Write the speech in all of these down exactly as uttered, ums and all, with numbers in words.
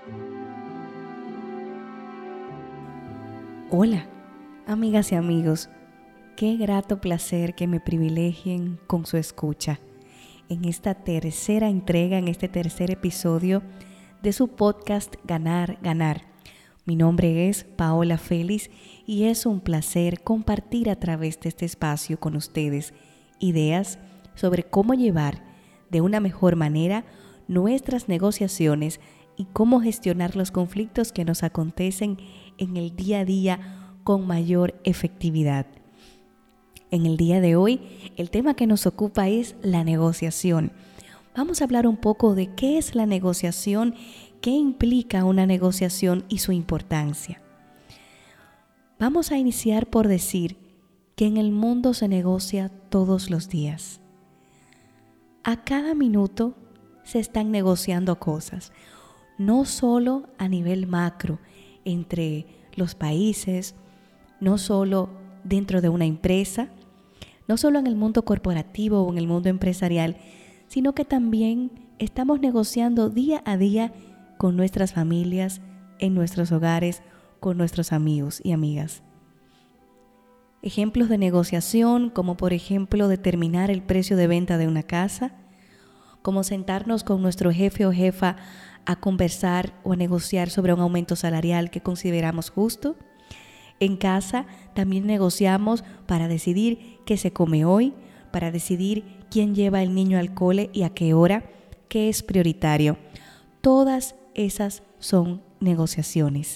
Hola, amigas y amigos, qué grato placer que me privilegien con su escucha en esta tercera entrega, en este tercer episodio de su podcast Ganar, Ganar. Mi nombre es Paola Félix y es un placer compartir a través de este espacio con ustedes ideas sobre cómo llevar de una mejor manera nuestras negociaciones y cómo gestionar los conflictos que nos acontecen en el día a día con mayor efectividad. En el día de hoy, el tema que nos ocupa es la negociación. Vamos a hablar un poco de qué es la negociación, qué implica una negociación y su importancia. Vamos a iniciar por decir que en el mundo se negocia todos los días. A cada minuto se están negociando cosas, no solo a nivel macro, entre los países, no solo dentro de una empresa, no solo en el mundo corporativo o en el mundo empresarial, sino que también estamos negociando día a día con nuestras familias, en nuestros hogares, con nuestros amigos y amigas. Ejemplos de negociación, como por ejemplo determinar el precio de venta de una casa, como sentarnos con nuestro jefe o jefa a conversar o a negociar sobre un aumento salarial que consideramos justo. En casa también negociamos para decidir qué se come hoy, para decidir quién lleva el niño al cole y a qué hora, qué es prioritario. Todas esas son negociaciones.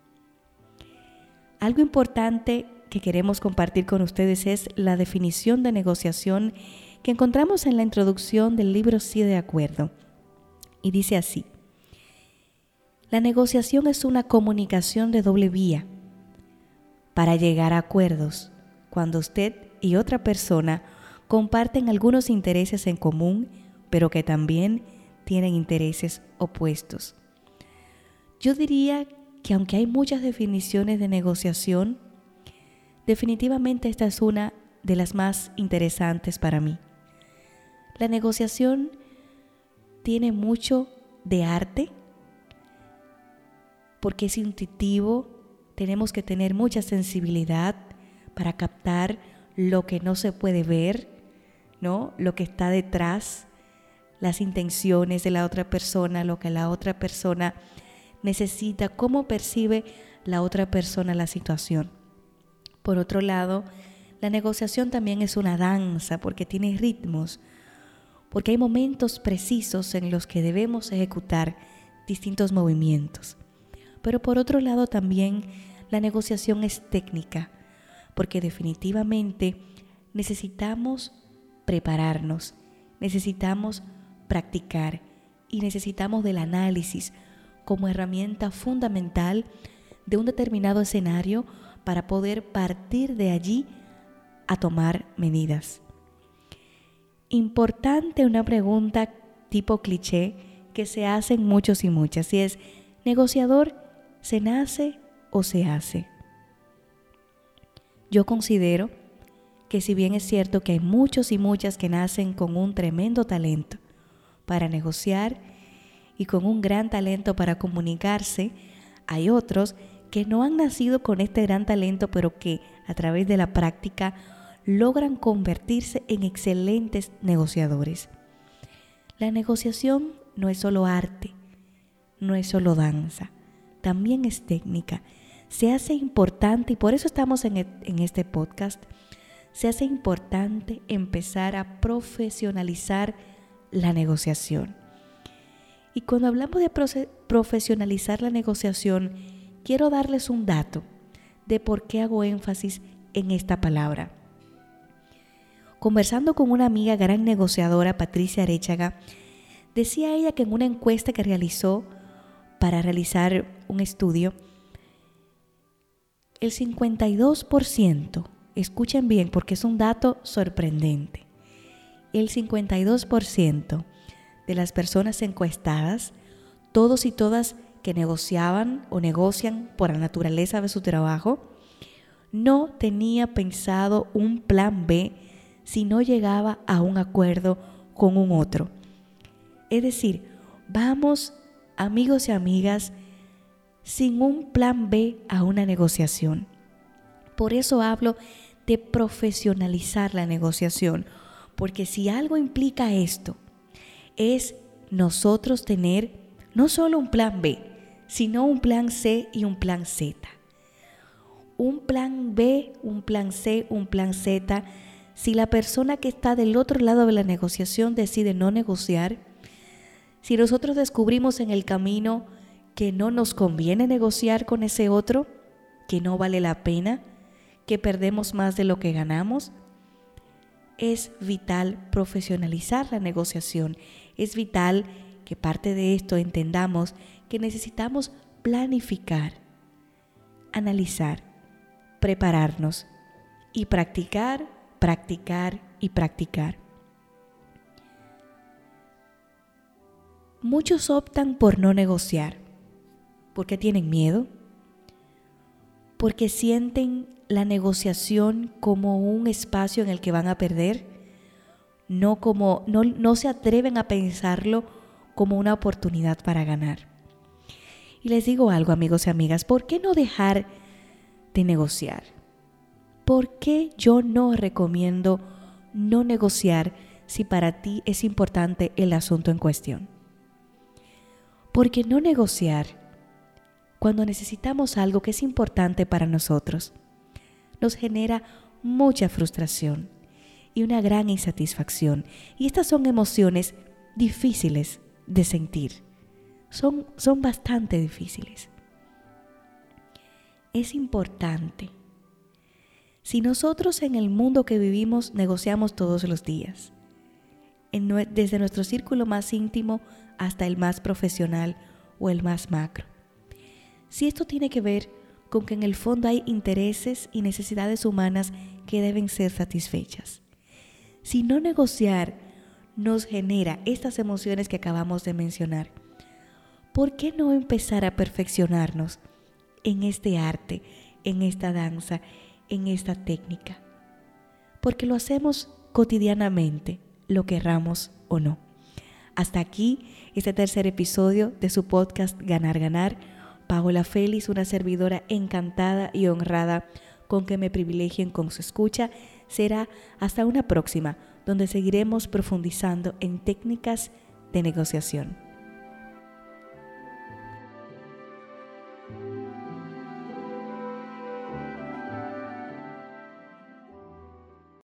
Algo importante que queremos compartir con ustedes es la definición de negociación que encontramos en la introducción del libro Sí de Acuerdo. Y dice así: la negociación es una comunicación de doble vía para llegar a acuerdos cuando usted y otra persona comparten algunos intereses en común, pero que también tienen intereses opuestos. Yo diría que aunque hay muchas definiciones de negociación, definitivamente esta es una de las más interesantes para mí. La negociación tiene mucho de arte, porque es intuitivo, tenemos que tener mucha sensibilidad para captar lo que no se puede ver, ¿no? Lo que está detrás, las intenciones de la otra persona, lo que la otra persona necesita, cómo percibe la otra persona la situación. Por otro lado, la negociación también es una danza porque tiene ritmos, porque hay momentos precisos en los que debemos ejecutar distintos movimientos. Pero por otro lado también la negociación es técnica, porque definitivamente necesitamos prepararnos, necesitamos practicar y necesitamos del análisis como herramienta fundamental de un determinado escenario para poder partir de allí a tomar medidas. Importante una pregunta tipo cliché que se hacen muchos y muchas, y es: ¿negociador se nace o se hace? Yo considero que si bien es cierto que hay muchos y muchas que nacen con un tremendo talento para negociar y con un gran talento para comunicarse, hay otros que no han nacido con este gran talento, pero que a través de la práctica logran convertirse en excelentes negociadores. La negociación no es solo arte, no es solo danza, también es técnica. Se hace importante, y por eso estamos en, e- en este podcast, se hace importante empezar a profesionalizar la negociación. Y cuando hablamos de proce- profesionalizar la negociación, quiero darles un dato de por qué hago énfasis en esta palabra. Conversando con una amiga gran negociadora, Patricia Arechaga, decía ella que en una encuesta que realizó para realizar un estudio, el cincuenta y dos por ciento, escuchen bien porque es un dato sorprendente, el cincuenta y dos por ciento de las personas encuestadas, todos y todas que negociaban o negocian por la naturaleza de su trabajo, no tenía pensado un plan B si no llegaba a un acuerdo con un otro. Es decir, vamos amigos y amigas, sin un plan B a una negociación. Por eso hablo de profesionalizar la negociación, porque si algo implica esto, es nosotros tener no solo un plan B, sino un plan C y un plan Z. Un plan B, un plan C, un plan Z. Si la persona que está del otro lado de la negociación decide no negociar, si nosotros descubrimos en el camino que no nos conviene negociar con ese otro, que no vale la pena, que perdemos más de lo que ganamos, es vital profesionalizar la negociación. Es vital que parte de esto entendamos que necesitamos planificar, analizar, prepararnos y practicar, practicar y practicar. Muchos optan por no negociar porque tienen miedo, porque sienten la negociación como un espacio en el que van a perder, no, como, no, no se atreven a pensarlo como una oportunidad para ganar. Y les digo algo, amigos y amigas, ¿por qué no dejar de negociar? ¿Por qué yo no recomiendo no negociar si para ti es importante el asunto en cuestión? Porque no negociar cuando necesitamos algo que es importante para nosotros nos genera mucha frustración y una gran insatisfacción. Y estas son emociones difíciles de sentir. Son, son bastante difíciles. Es importante. Si nosotros en el mundo que vivimos negociamos todos los días, en, desde nuestro círculo más íntimo hasta el más profesional o el más macro, si esto tiene que ver con que en el fondo hay intereses y necesidades humanas que deben ser satisfechas. Si no negociar nos genera estas emociones que acabamos de mencionar, ¿por qué no empezar a perfeccionarnos en este arte, en esta danza, en esta técnica? Porque lo hacemos cotidianamente, lo querramos o no. Hasta aquí este tercer episodio de su podcast Ganar, Ganar. Paola Félix, una servidora encantada y honrada con que me privilegien con su escucha. Será hasta una próxima, donde seguiremos profundizando en técnicas de negociación.